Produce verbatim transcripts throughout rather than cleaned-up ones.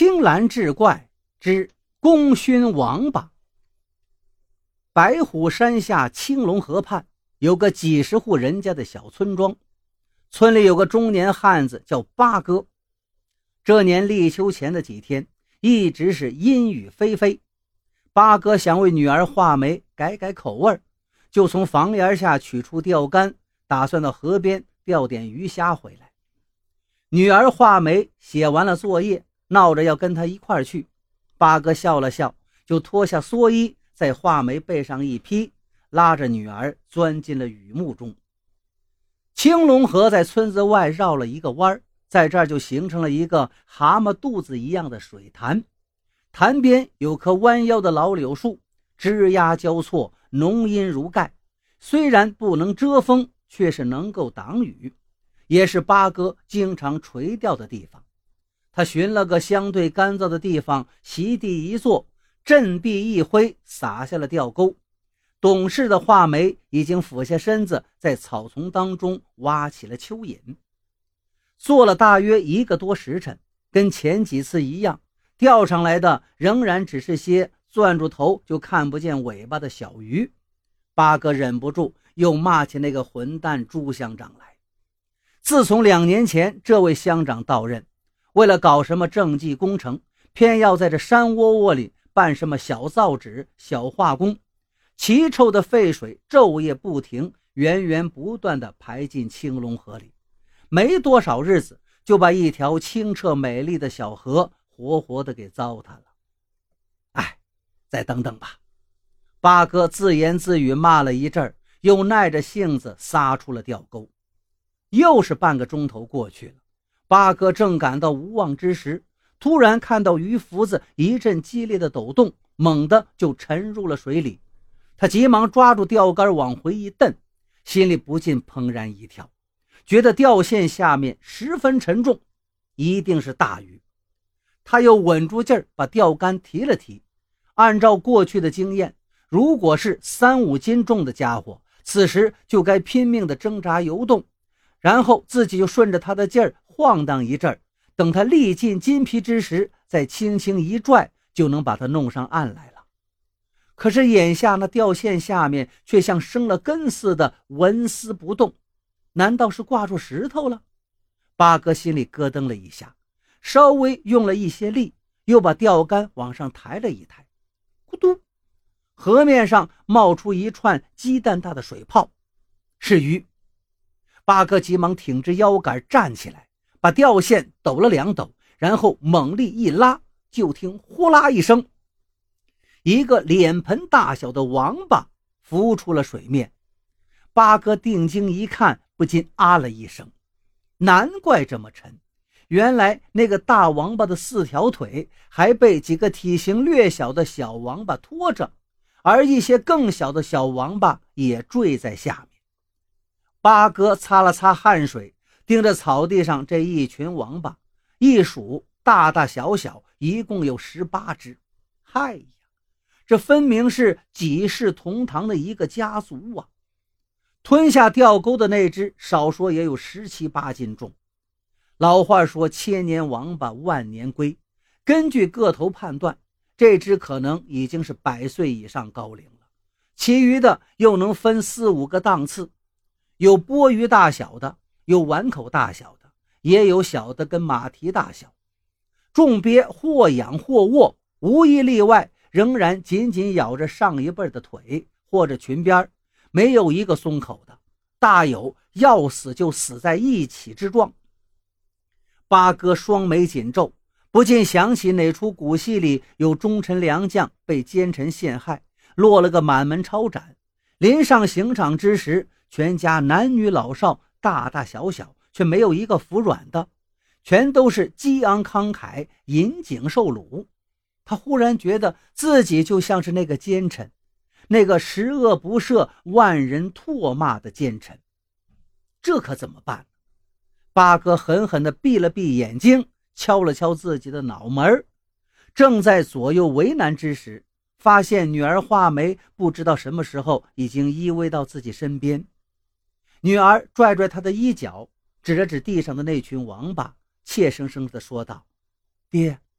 青蓝志怪之功勋王八。白虎山下青龙河畔有个几十户人家的小村庄，村里有个中年汉子叫八哥。这年立秋前的几天一直是阴雨霏霏，八哥想为女儿画眉改改口味，就从房檐下取出钓竿，打算到河边钓点鱼虾回来。女儿画眉写完了作业，闹着要跟他一块儿去。八哥笑了笑，就脱下蓑衣在画眉背上一披，拉着女儿钻进了雨幕中。青龙河在村子外绕了一个弯，在这儿就形成了一个蛤蟆肚子一样的水潭。潭边有棵弯腰的老柳树，枝桠交错，浓荫如盖，虽然不能遮风，却是能够挡雨，也是八哥经常垂钓的地方。他寻了个相对干燥的地方，席地一坐，振臂一挥，撒下了钓钩。懂事的画眉已经俯下身子，在草丛当中挖起了蚯蚓。做了大约一个多时辰，跟前几次一样，钓上来的仍然只是些攥住头就看不见尾巴的小鱼。八哥忍不住又骂起那个混蛋朱乡长来。自从两年前这位乡长到任，为了搞什么政绩工程，偏要在这山窝窝里办什么小造纸、小化工，奇臭的废水昼夜不停，源源不断地排进青龙河里，没多少日子就把一条清澈美丽的小河活活地给糟蹋了。哎，再等等吧。八哥自言自语骂了一阵，又耐着性子撒出了钓钩。又是半个钟头过去了，八哥正感到无望之时，突然看到鱼浮子一阵激烈的抖动，猛地就沉入了水里。他急忙抓住钓竿往回一蹬，心里不禁怦然一跳，觉得钓线下面十分沉重，一定是大鱼。他又稳住劲儿把钓竿提了提，按照过去的经验，如果是三五斤重的家伙，此时就该拼命地挣扎游动，然后自己就顺着他的劲儿晃荡一阵，等他力尽筋疲之时，再轻轻一拽，就能把他弄上岸来了。可是眼下那钓线下面却像生了根似的纹丝不动，难道是挂住石头了？八哥心里咯噔了一下，稍微用了一些力，又把钓竿往上抬了一抬，咕嘟，河面上冒出一串鸡蛋大的水泡，是鱼。八哥急忙挺直腰杆站起来，把钓线抖了两抖，然后猛力一拉，就听呼啦一声，一个脸盆大小的王八浮出了水面。八哥定睛一看，不禁啊了一声，难怪这么沉，原来那个大王八的四条腿还被几个体型略小的小王八拖着，而一些更小的小王八也坠在下面。八哥擦了擦汗水，盯着草地上这一群王八，一数大大小小一共有十八只。嗨呀，这分明是几世同堂的一个家族啊！吞下钓钩的那只少说也有十七八斤重。老话说千年王八万年龟，根据个头判断，这只可能已经是百岁以上高龄了，其余的又能分四五个档次，有钵盂大小的，有碗口大小的，也有小的跟马蹄大小。众鳖或仰或卧，无一例外，仍然紧紧咬着上一辈的腿或者裙边，没有一个松口的，大有要死就死在一起之状。八哥双眉紧皱，不禁想起哪出古戏里有忠臣良将被奸臣陷害，落了个满门抄斩，临上刑场之时，全家男女老少大大小小却没有一个服软的，全都是激昂慷慨，引颈受辱。他忽然觉得自己就像是那个奸臣，那个十恶不赦万人唾骂的奸臣。这可怎么办？八哥狠狠地闭了闭眼睛，敲了敲自己的脑门，正在左右为难之时，发现女儿画眉不知道什么时候已经依偎到自己身边。女儿拽拽他的衣角，指了指地上的那群王八，怯生生地说道：爹，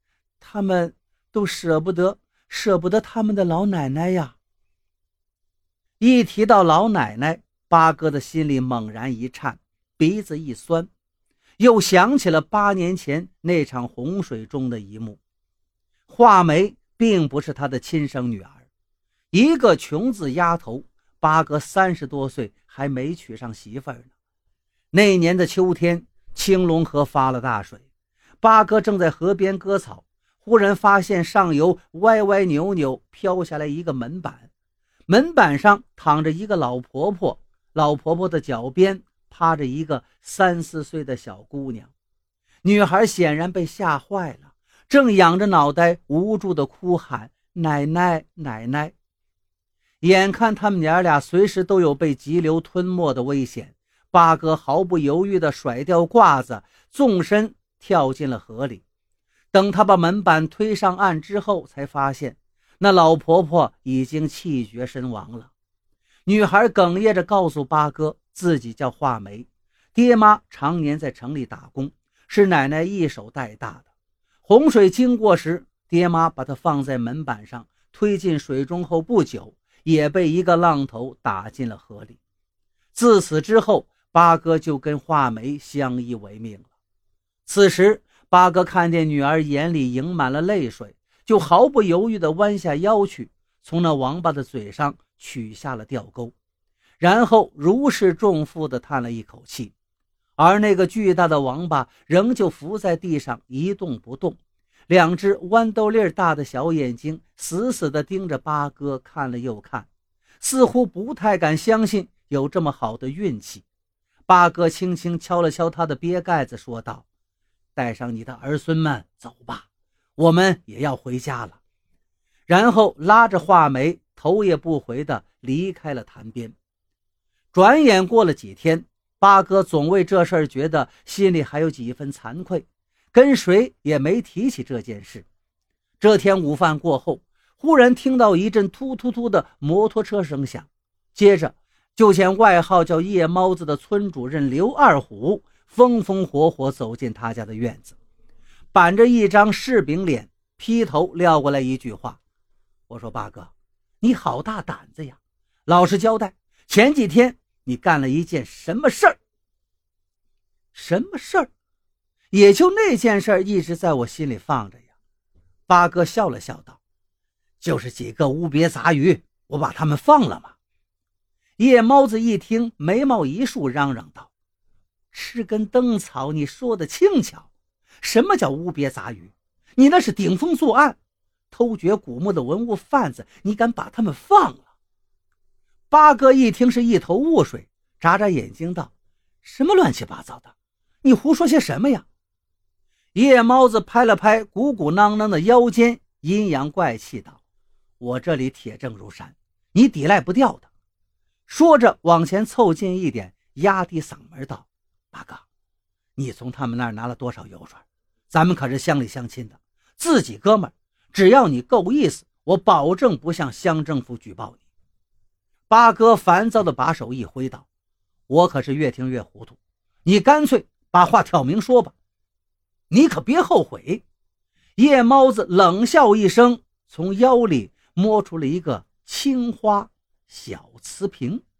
他们都舍不得舍不得他们的老奶奶呀。一提到老奶奶，八哥的心里猛然一颤，鼻子一酸，又想起了八年前那场洪水中的一幕。画眉并不是他的亲生女儿，一个穷字丫头，八哥三十多岁还没娶上媳妇儿呢。那年的秋天，青龙河发了大水，八哥正在河边割草，忽然发现上游歪歪扭扭飘下来一个门板，门板上躺着一个老婆婆，老婆婆的脚边趴着一个三四岁的小姑娘。女孩显然被吓坏了，正仰着脑袋无助地哭喊奶奶奶奶。眼看他们娘俩随时都有被急流吞没的危险，八哥毫不犹豫地甩掉褂子，纵身跳进了河里。等他把门板推上岸之后，才发现那老婆婆已经气绝身亡了。女孩哽咽着告诉八哥，自己叫画眉，爹妈常年在城里打工，是奶奶一手带大的。洪水经过时，爹妈把她放在门板上，推进水中后不久，也被一个浪头打进了河里。自此之后，八哥就跟画眉相依为命了。此时八哥看见女儿眼里盈满了泪水，就毫不犹豫地弯下腰去，从那王八的嘴上取下了钓钩，然后如释重负地叹了一口气。而那个巨大的王八仍旧伏在地上一动不动，两只豌豆粒大的小眼睛死死地盯着八哥看了又看，似乎不太敢相信有这么好的运气。八哥轻轻敲了敲他的鳖盖子，说道：带上你的儿孙们走吧，我们也要回家了。然后拉着画眉头也不回地离开了潭边。转眼过了几天，八哥总为这事儿觉得心里还有几分惭愧，跟谁也没提起这件事。这天午饭过后，忽然听到一阵突突突的摩托车声响，接着就见外号叫夜猫子的村主任刘二虎风风火火走进他家的院子，板着一张柿饼脸，劈头撂过来一句话：我说八哥，你好大胆子呀，老实交代，前几天你干了一件什么事儿？什么事儿？也就那件事儿一直在我心里放着呀。八哥笑了笑道：就是几个污鳖杂鱼，我把他们放了吗？夜猫子一听，眉毛一竖，嚷嚷道：吃根灯草，你说的轻巧，什么叫污鳖杂鱼？你那是顶风作案，偷掘古墓的文物贩子，你敢把他们放了？八哥一听是一头雾水，眨眨眼睛道：什么乱七八糟的，你胡说些什么呀？夜猫子拍了拍鼓鼓囊囊的腰间，阴阳怪气道：我这里铁证如山，你抵赖不掉的。说着往前凑近一点，压低嗓门道：八哥，你从他们那儿拿了多少油水？咱们可是乡里乡亲的，自己哥们儿，只要你够意思，我保证不向乡政府举报你。八哥烦躁地把手一挥道：我可是越听越糊涂，你干脆把话挑明说吧，你可别后悔。夜猫子冷笑一声，从腰里摸出了一个青花小瓷瓶。